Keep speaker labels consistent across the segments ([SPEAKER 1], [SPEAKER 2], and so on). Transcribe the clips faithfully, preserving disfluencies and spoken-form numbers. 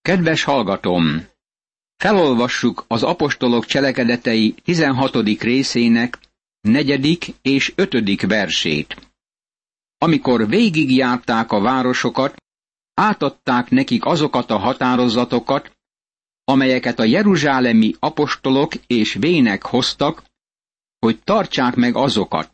[SPEAKER 1] Kedves hallgatóm! Felolvassuk az apostolok cselekedetei tizenhatodik részének negyedik és ötödik versét. Amikor végigjárták a városokat, átadták nekik azokat a határozatokat, amelyeket a jeruzsálemi apostolok és vének hoztak, hogy tartsák meg azokat.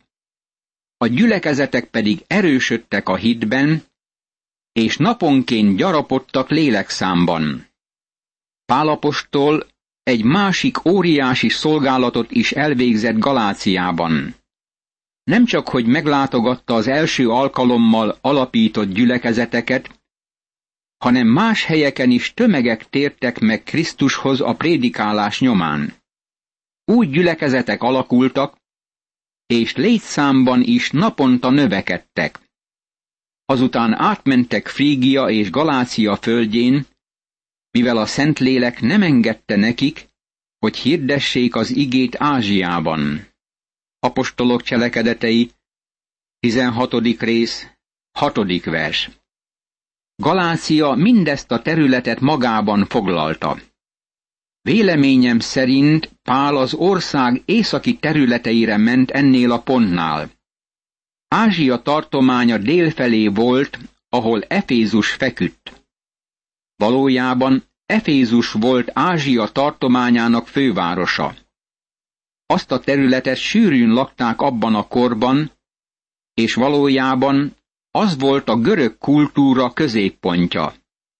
[SPEAKER 1] A gyülekezetek pedig erősödtek a hitben, és naponként gyarapodtak lélekszámban. Pál apostol egy másik óriási szolgálatot is elvégzett Galáciában. Nem csak, hogy meglátogatta az első alkalommal alapított gyülekezeteket, hanem más helyeken is tömegek tértek meg Krisztushoz a prédikálás nyomán. Úgy gyülekezetek alakultak, és létszámban is naponta növekedtek. Azután átmentek Frígia és Galácia földjén, mivel a Szentlélek nem engedte nekik, hogy hirdessék az igét Ázsiában. Apostolok cselekedetei, tizenhatodik rész, hatodik vers. Galácia mindezt a területet magában foglalta. Véleményem szerint Pál az ország északi területeire ment ennél a pontnál. Ázsia tartománya délfelé volt, ahol Efézus feküdt. Valójában Efézus volt Ázsia tartományának fővárosa. Azt a területet sűrűn lakták abban a korban, és valójában az volt a görög kultúra középpontja.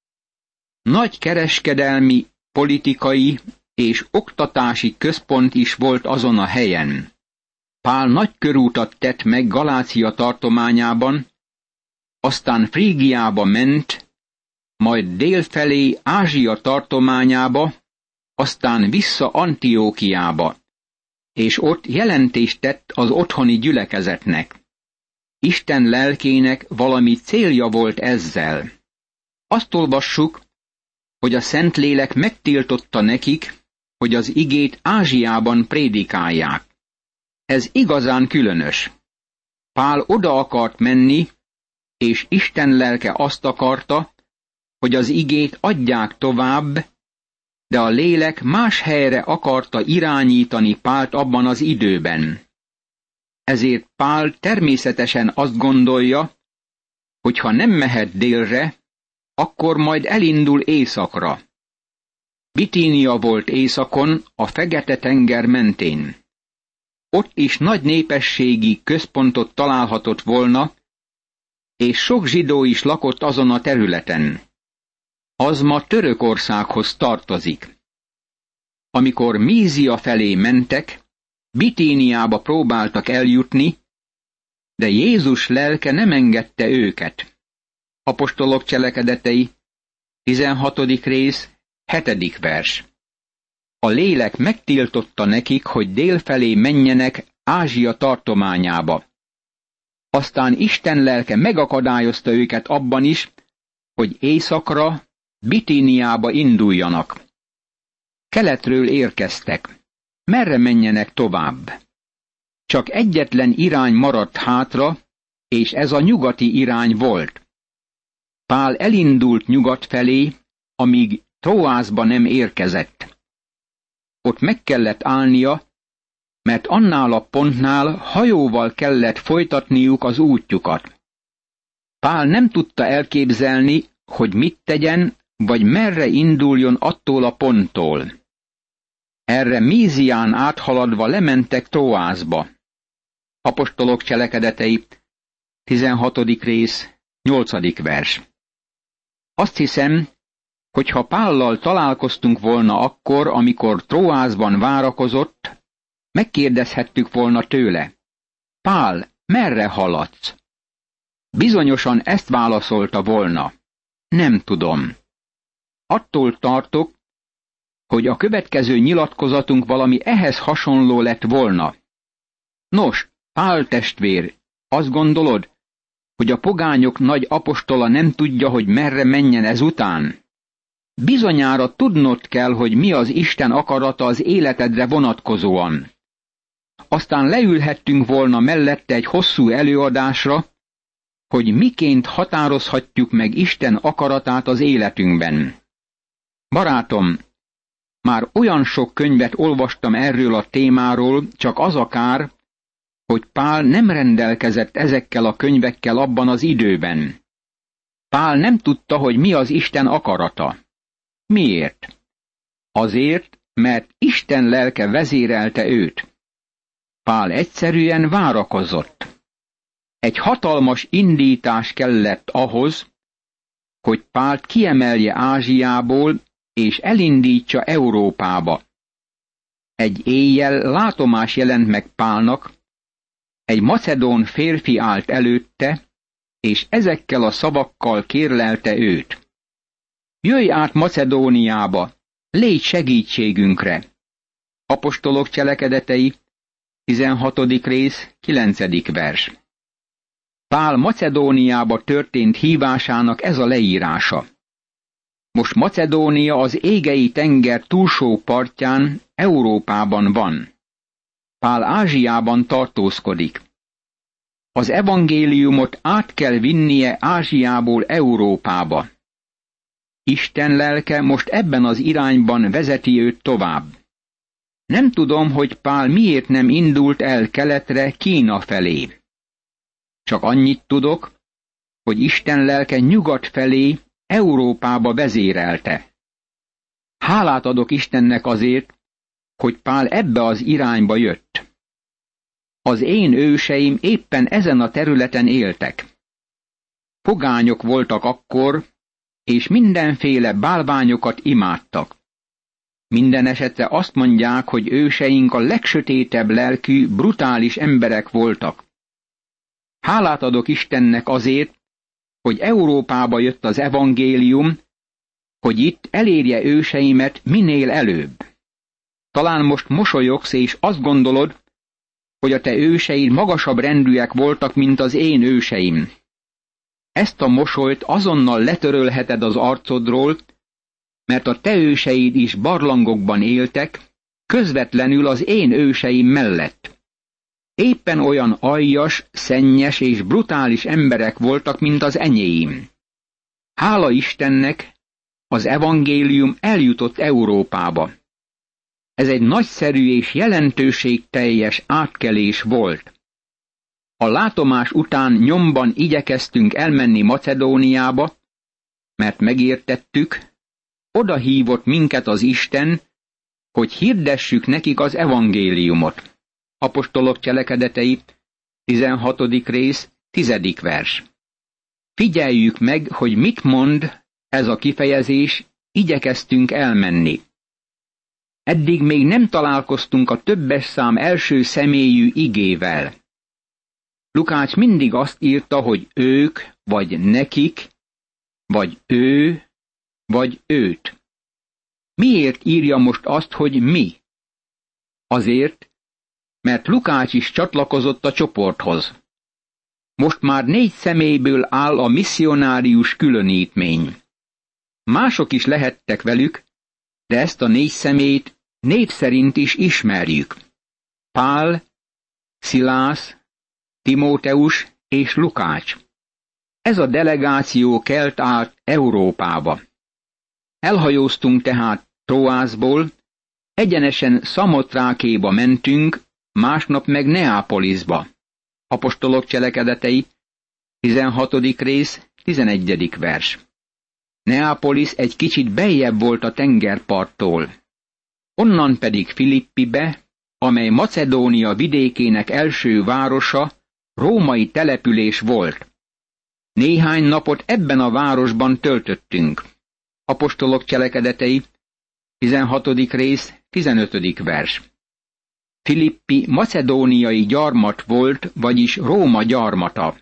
[SPEAKER 1] Nagy kereskedelmi, politikai és oktatási központ is volt azon a helyen. Pál nagy körútat tett meg Galácia tartományában, aztán Frígiába ment, majd délfelé Ázsia tartományába, aztán vissza Antiókiába, és ott jelentést tett az otthoni gyülekezetnek. Isten lelkének valami célja volt ezzel. Azt olvassuk, hogy a Szentlélek megtiltotta nekik, hogy az igét Ázsiában prédikálják. Ez igazán különös. Pál oda akart menni, és Isten lelke azt akarta, hogy az igét adják tovább, de a lélek más helyre akarta irányítani Pált abban az időben. Ezért Pál természetesen azt gondolja, hogy ha nem mehet délre, akkor majd elindul északra. Bitínia volt északon, a Fekete-tenger mentén. Ott is nagy népességi központot találhatott volna, és sok zsidó is lakott azon a területen. Az ma Törökországhoz tartozik. Amikor Mízia felé mentek, Bitíniába próbáltak eljutni, de Jézus lelke nem engedte őket. Apostolok cselekedetei, tizenhatodik rész, hetedik vers. A lélek megtiltotta nekik, hogy délfelé menjenek Ázsia tartományába. Aztán Isten lelke megakadályozta őket abban is, hogy északra, Bitíniába induljanak. Keletről érkeztek. Merre menjenek tovább? Csak egyetlen irány maradt hátra, és ez a nyugati irány volt. Pál elindult nyugat felé, amíg Tróászba nem érkezett. Ott meg kellett állnia, mert annál a pontnál hajóval kellett folytatniuk az útjukat. Pál nem tudta elképzelni, hogy mit tegyen, vagy merre induljon attól a ponttól. Erre Mízián áthaladva lementek Tróászba. Apostolok cselekedetei, tizenhatodik rész, nyolcadik vers. Azt hiszem, hogy ha Pállal találkoztunk volna akkor, amikor Tróászban várakozott, megkérdezhettük volna tőle: Pál, merre haladsz? Bizonyosan ezt válaszolta volna: nem tudom. Attól tartok, hogy a következő nyilatkozatunk valami ehhez hasonló lett volna. Nos, Pál testvér, azt gondolod, hogy a pogányok nagy apostola nem tudja, hogy merre menjen ezután? Bizonyára tudnod kell, hogy mi az Isten akarata az életedre vonatkozóan. Aztán leülhettünk volna mellette egy hosszú előadásra, hogy miként határozhatjuk meg Isten akaratát az életünkben. Barátom, már olyan sok könyvet olvastam erről a témáról, csak az a kár, hogy Pál nem rendelkezett ezekkel a könyvekkel abban az időben. Pál nem tudta, hogy mi az Isten akarata. Miért? Azért, mert Isten lelke vezérelte őt. Pál egyszerűen várakozott. Egy hatalmas indítás kellett ahhoz, hogy Pált kiemelje Ázsiából, és elindítsa Európába. Egy éjjel látomás jelent meg Pálnak, egy macedón férfi állt előtte, és ezekkel a szavakkal kérlelte őt. Jöjj át Macedóniába, légy segítségünkre. Apostolok cselekedetei, tizenhatodik rész, kilencedik vers. Pál Macedóniába történt hívásának ez a leírása. Most Macedónia az égei tenger túlsó partján, Európában van. Pál Ázsiában tartózkodik. Az evangéliumot át kell vinnie Ázsiából Európába. Isten lelke most ebben az irányban vezeti őt tovább. Nem tudom, hogy Pál miért nem indult el keletre, Kína felé. Csak annyit tudok, hogy Isten lelke nyugat felé, Európába vezérelte. Hálát adok Istennek azért, hogy Pál ebbe az irányba jött. Az én őseim éppen ezen a területen éltek. Pogányok voltak akkor, és mindenféle bálványokat imádtak. Minden esetre azt mondják, hogy őseink a legsötétebb lelkű, brutális emberek voltak. Hálát adok Istennek azért, hogy Európába jött az evangélium, hogy itt elérje őseimet minél előbb. Talán most mosolyogsz, és azt gondolod, hogy a te őseid magasabb rendűek voltak, mint az én őseim. Ezt a mosolyt azonnal letörölheted az arcodról, mert a te őseid is barlangokban éltek, közvetlenül az én őseim mellett. Éppen olyan aljas, szennyes és brutális emberek voltak, mint az enyéim. Hála Istennek, az evangélium eljutott Európába. Ez egy nagyszerű és jelentőségteljes átkelés volt. A látomás után nyomban igyekeztünk elmenni Macedóniába, mert megértettük, oda hívott minket az Isten, hogy hirdessük nekik az evangéliumot. Apostolok cselekedetei, tizenhatodik rész, tizedik vers. Figyeljük meg, hogy mit mond ez a kifejezés, igyekeztünk elmenni. Eddig még nem találkoztunk a többes szám első személyű igével. Lukács mindig azt írta, hogy ők, vagy nekik, vagy ő, vagy őt. Miért írja most azt, hogy mi? Azért, mert Lukács is csatlakozott a csoporthoz. Most már négy személyből áll a misszionárius különítmény. Mások is lehettek velük, de ezt a négy személyt név szerint is ismerjük. Pál, Szilász, Timóteus és Lukács. Ez a delegáció kelt át Európába. Elhajóztunk tehát Troászból, egyenesen Szamotrákéba mentünk, másnap meg Neápolisba. Apostolok cselekedetei, tizenhatodik rész, tizenegyedik vers. Neápolis egy kicsit beljebb volt a tengerparttól. Onnan pedig Filippibe, amely Macedónia vidékének első városa, római település volt. Néhány napot ebben a városban töltöttünk. Apostolok cselekedetei, tizenhatodik rész, tizenötödik vers. Filippi macedóniai gyarmat volt, vagyis Róma gyarmata.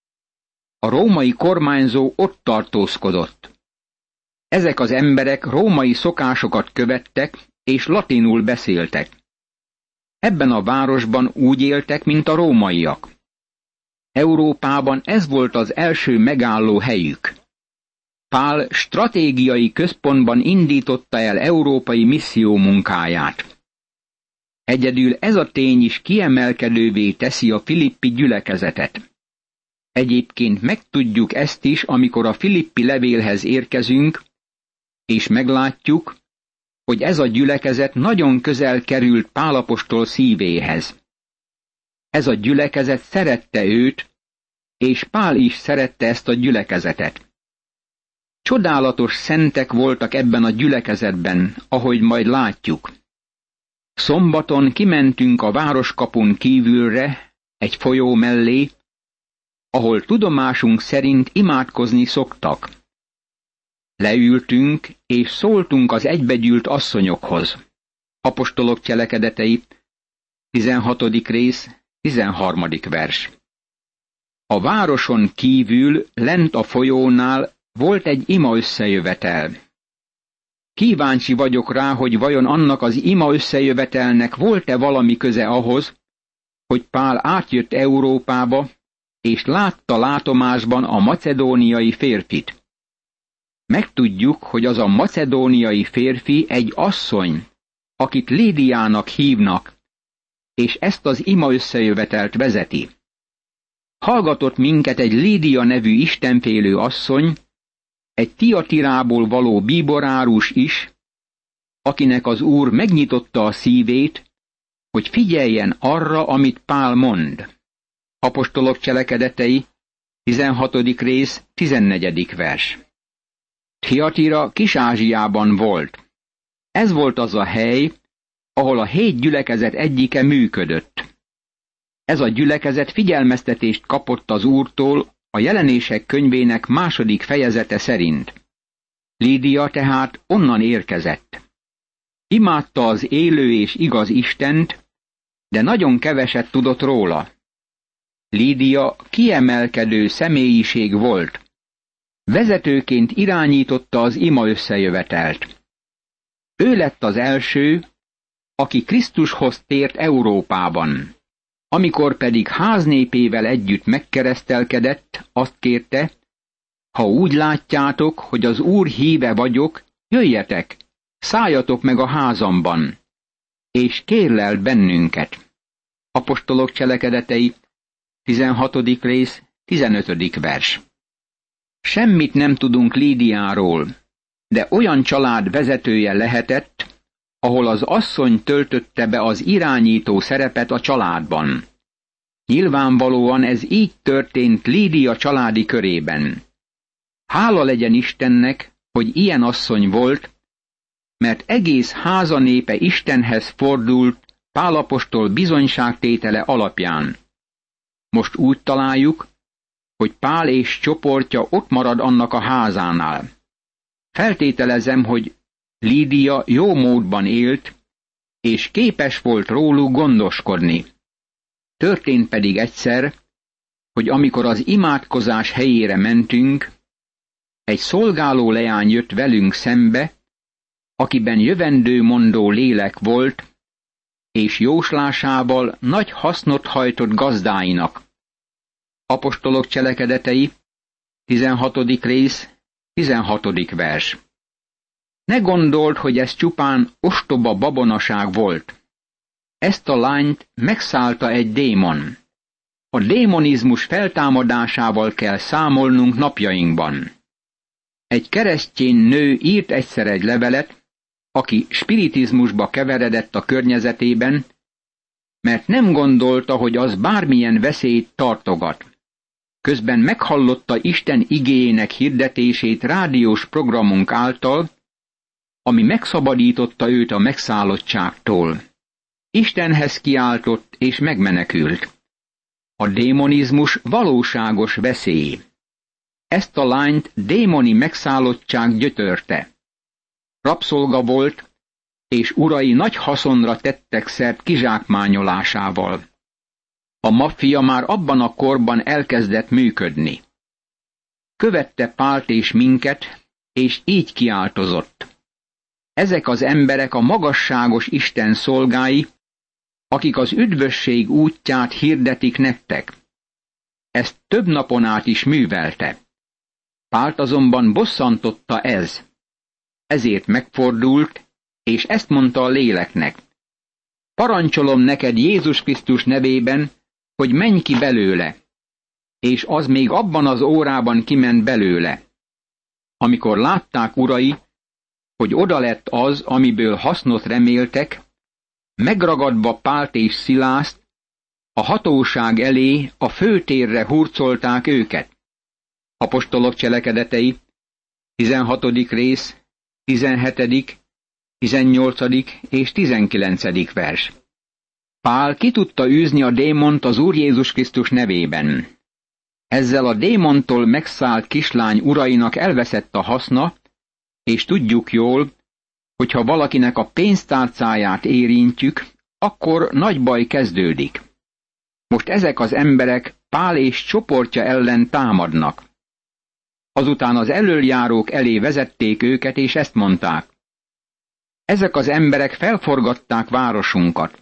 [SPEAKER 1] A római kormányzó ott tartózkodott. Ezek az emberek római szokásokat követtek, és latinul beszéltek. Ebben a városban úgy éltek, mint a rómaiak. Európában ez volt az első megálló helyük. Pál stratégiai központban indította el európai misszió munkáját. Egyedül ez a tény is kiemelkedővé teszi a filippi gyülekezetet. Egyébként megtudjuk ezt is, amikor a filippi levélhez érkezünk, és meglátjuk, hogy ez a gyülekezet nagyon közel került Pál apostol szívéhez. Ez a gyülekezet szerette őt, és Pál is szerette ezt a gyülekezetet. Csodálatos szentek voltak ebben a gyülekezetben, ahogy majd látjuk. Szombaton kimentünk a városkapun kívülre, egy folyó mellé, ahol tudomásunk szerint imádkozni szoktak. Leültünk, és szóltunk az egybegyűlt asszonyokhoz. Apostolok cselekedetei, tizenhatodik rész, tizenharmadik vers. A városon kívül, lent a folyónál volt egy ima összejövetel. Kíváncsi vagyok rá, hogy vajon annak az ima összejövetelnek volt-e valami köze ahhoz, hogy Pál átjött Európába, és látta látomásban a macedóniai férfit. Megtudjuk, hogy az a macedóniai férfi egy asszony, akit Lídiának hívnak, és ezt az ima összejövetelt vezeti. Hallgatott minket egy Lídia nevű istenfélő asszony, egy Tiatirából való bíborárus is, akinek az Úr megnyitotta a szívét, hogy figyeljen arra, amit Pál mond. Apostolok cselekedetei, tizenhatodik rész, tizennegyedik vers. Tiatira Kis-Ázsiában volt. Ez volt az a hely, ahol a hét gyülekezet egyike működött. Ez a gyülekezet figyelmeztetést kapott az Úrtól a Jelenések könyvének második fejezete szerint. Lídia tehát onnan érkezett. Imádta az élő és igaz Istent, de nagyon keveset tudott róla. Lídia kiemelkedő személyiség volt. Vezetőként irányította az ima összejövetelt. Ő lett az első, aki Krisztushoz tért Európában. Amikor pedig háznépével együtt megkeresztelkedett, azt kérte, ha úgy látjátok, hogy az Úr híve vagyok, jöjjetek, szálljatok meg a házamban, és kérlelt bennünket. Apostolok cselekedetei, tizenhatodik rész, tizenötödik vers. Semmit nem tudunk Lídiáról, de olyan család vezetője lehetett, ahol az asszony töltötte be az irányító szerepet a családban. Nyilvánvalóan ez így történt Lídia családi körében. Hála legyen Istennek, hogy ilyen asszony volt, mert egész háza népe Istenhez fordult Pál apostol bizonyságtétele alapján. Most úgy találjuk, hogy Pál és csoportja ott marad annak a házánál. Feltételezem, hogy Lídia jó módban élt, és képes volt róluk gondoskodni. Történt pedig egyszer, hogy amikor az imádkozás helyére mentünk, egy szolgáló leány jött velünk szembe, akiben jövendőmondó lélek volt, és jóslásával nagy hasznot hajtott gazdáinak. Apostolok cselekedetei, tizenhatodik rész, tizenhatodik vers. Ne gondold, hogy ez csupán ostoba babonaság volt. Ezt a lányt megszállta egy démon. A démonizmus feltámadásával kell számolnunk napjainkban. Egy keresztény nő írt egyszer egy levelet, aki spiritizmusba keveredett a környezetében, mert nem gondolta, hogy az bármilyen veszélyt tartogat. Közben meghallotta Isten igéjének hirdetését rádiós programunk által, ami megszabadította őt a megszállottságtól. Istenhez kiáltott és megmenekült. A démonizmus valóságos veszély. Ezt a lányt démoni megszállottság gyötörte. Rabszolga volt, és urai nagy haszonra tettek szert kizsákmányolásával. A maffia már abban a korban elkezdett működni. Követte Pált és minket, és így kiáltozott. Ezek az emberek a magasságos Isten szolgái, akik az üdvösség útját hirdetik nektek. Ezt több napon át is művelte. Pált azonban bosszantotta ez. Ezért megfordult, és ezt mondta a léleknek. Parancsolom neked Jézus Krisztus nevében, hogy menj ki belőle. És az még abban az órában kiment belőle. Amikor látták urai, hogy oda lett az, amiből hasznot reméltek, megragadva Pált és Szilászt, a hatóság elé, a főtérre hurcolták őket. Apostolok cselekedetei, tizenhatodik rész, tizenhetedik, tizennyolcadik és tizenkilencedik vers. Pál ki tudta űzni a démont az Úr Jézus Krisztus nevében. Ezzel a démontól megszállt kislány urainak elveszett a haszna, és tudjuk jól, hogy ha valakinek a pénztárcáját érintjük, akkor nagy baj kezdődik. Most ezek az emberek Pál és csoportja ellen támadnak. Azután az elöljárók elé vezették őket, és ezt mondták: ezek az emberek felforgatták városunkat.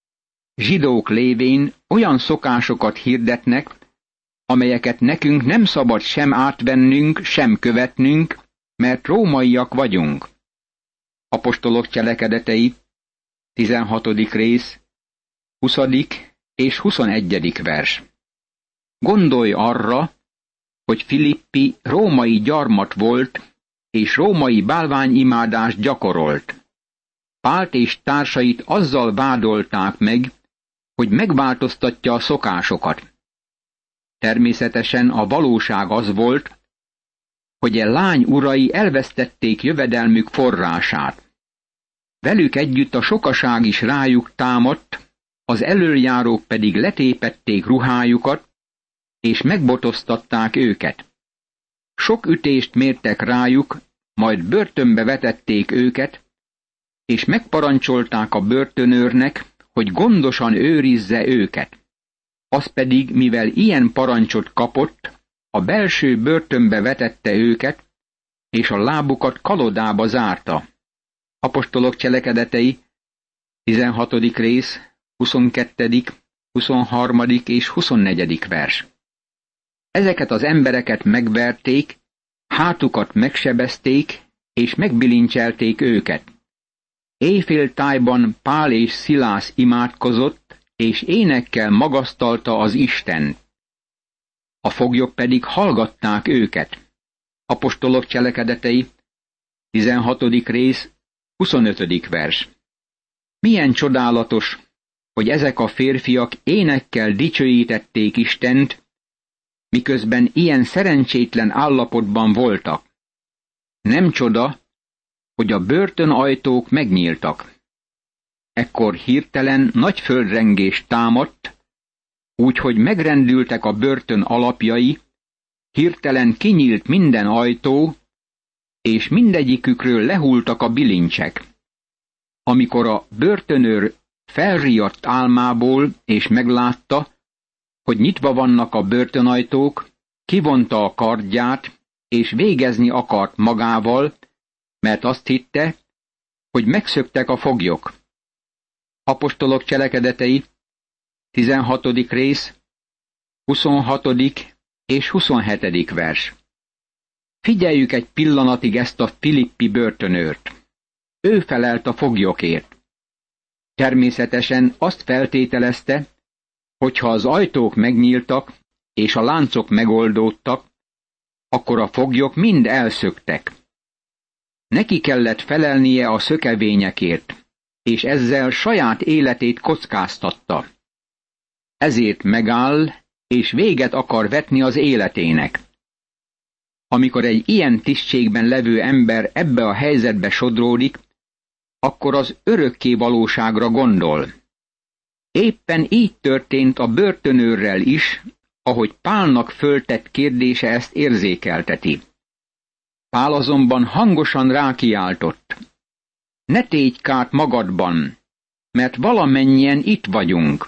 [SPEAKER 1] Zsidók lévén olyan szokásokat hirdetnek, amelyeket nekünk nem szabad sem átvennünk, sem követnünk, mert rómaiak vagyunk. Apostolok cselekedetei, tizenhatodik rész, huszadik és huszonegyedik vers. Gondolj arra, hogy Filippi római gyarmat volt, és római bálványimádást gyakorolt. Pált és társait azzal vádolták meg, hogy megváltoztatja a szokásokat. Természetesen a valóság az volt, hogy a lány urai elvesztették jövedelmük forrását. Velük együtt a sokaság is rájuk támadt, az elöljárók pedig letépették ruhájukat, és megbotoztatták őket. Sok ütést mértek rájuk, majd börtönbe vetették őket, és megparancsolták a börtönőrnek, hogy gondosan őrizze őket. Az pedig, mivel ilyen parancsot kapott, a belső börtönbe vetette őket, és a lábukat kalodába zárta. Apostolok cselekedetei, tizenhatodik rész, huszonkettedik, huszonharmadik és huszonnegyedik vers. Ezeket az embereket megverték, hátukat megsebezték, és megbilincselték őket. Éjféltájban Pál és Szilász imádkozott, és énekkel magasztalta az Istent. A foglyok pedig hallgatták őket. Apostolok cselekedetei, tizenhatodik rész, huszonötödik vers. Milyen csodálatos, hogy ezek a férfiak énekkel dicsőítették Istent, miközben ilyen szerencsétlen állapotban voltak. Nem csoda, hogy a börtönajtók megnyíltak. Ekkor hirtelen nagy földrengés támadt, úgyhogy megrendültek a börtön alapjai, hirtelen kinyílt minden ajtó, és mindegyikükről lehultak a bilincsek. Amikor a börtönőr felriadt álmából, és meglátta, hogy nyitva vannak a börtönajtók, kivonta a kardját, és végezni akart magával, mert azt hitte, hogy megszöktek a foglyok. Apostolok cselekedetei, tizenhatodik rész, huszonhatodik és huszonhetedik vers. Figyeljük egy pillanatig ezt a filippi börtönőrt. Ő felelt a foglyokért. Természetesen azt feltételezte, hogy ha az ajtók megnyíltak, és a láncok megoldódtak, akkor a foglyok mind elszöktek. Neki kellett felelnie a szökevényekért, és ezzel saját életét kockáztatta. Ezért megáll, és véget akar vetni az életének. Amikor egy ilyen tisztségben levő ember ebbe a helyzetbe sodródik, akkor az örökké valóságra gondol. Éppen így történt a börtönőrrel is, ahogy Pálnak föltett kérdése ezt érzékelteti. Pál azonban hangosan rákiáltott: ne tégy kárt magadban, mert valamennyien itt vagyunk.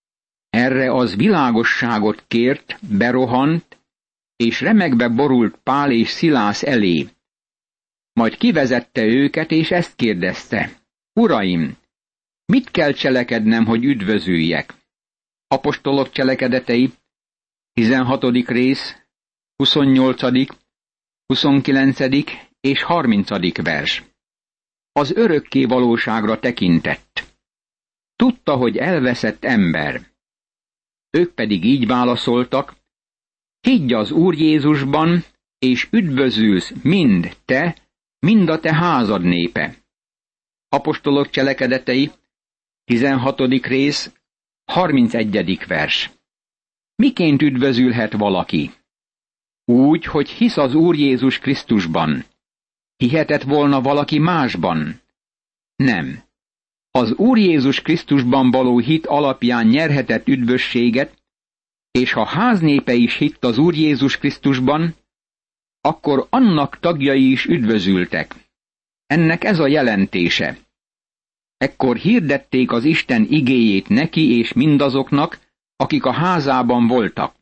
[SPEAKER 1] Erre az világosságot kért, berohant, és remegve borult Pál és Szilász elé. Majd kivezette őket, és ezt kérdezte: Uraim, mit kell cselekednem, hogy üdvözüljek? Apostolok cselekedetei, tizenhatodik rész, huszonnyolcadik, huszonkilencedik és harmincadik vers. Az örökké valóságra tekintett. Tudta, hogy elveszett ember. Ők pedig így válaszoltak: higgy az Úr Jézusban, és üdvözülsz mind te, mind a te házad népe. Apostolok cselekedetei, tizenhatodik rész, harmincegyedik vers. Miként üdvözülhet valaki? Úgy, hogy hisz az Úr Jézus Krisztusban. Hihetett volna valaki másban? Nem. Az Úr Jézus Krisztusban való hit alapján nyerhetett üdvösséget, és ha háznépe is hitt az Úr Jézus Krisztusban, akkor annak tagjai is üdvözültek. Ennek ez a jelentése. Ekkor hirdették az Isten igéjét neki és mindazoknak, akik a házában voltak.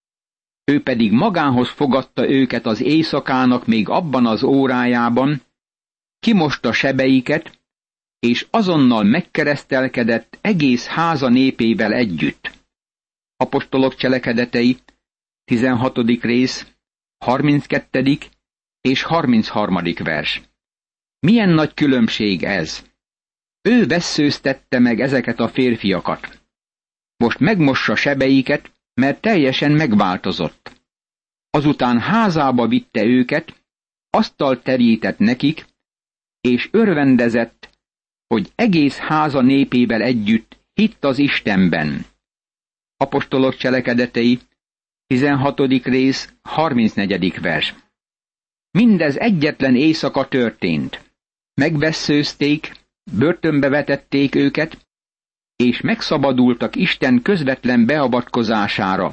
[SPEAKER 1] Ő pedig magához fogadta őket az éjszakának még abban az órájában, kimosta sebeiket, és azonnal megkeresztelkedett egész háza népével együtt. Apostolok cselekedetei, tizenhatodik rész, harminckettedik és harmincharmadik vers. Milyen nagy különbség ez! Ő vesszőztette meg ezeket a férfiakat. Most megmossa sebeiket, mert teljesen megváltozott. Azután házába vitte őket, asztalt terített nekik, és örvendezett, hogy egész háza népével együtt hitt az Istenben. Apostolok cselekedetei, tizenhatodik rész, harmincnegyedik vers. Mindez egyetlen éjszaka történt. Megvesszőzték, börtönbe vetették őket, és megszabadultak Isten közvetlen beavatkozására,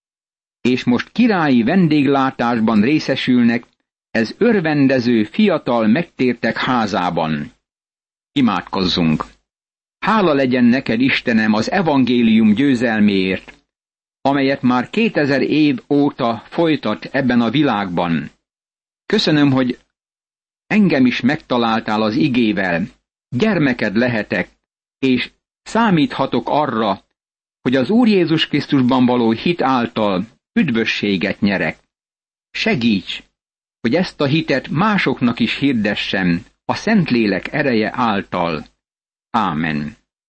[SPEAKER 1] és most királyi vendéglátásban részesülnek ez örvendező fiatal megtértek házában. Imádkozzunk! Hála legyen neked, Istenem, az evangélium győzelméért, amelyet már kétezer év óta folytat ebben a világban. Köszönöm, hogy engem is megtaláltál az igével, gyermeked lehetek, és számíthatok arra, hogy az Úr Jézus Krisztusban való hit által üdvösséget nyerek. Segíts, hogy ezt a hitet másoknak is hirdessem a Szentlélek ereje által. Ámen.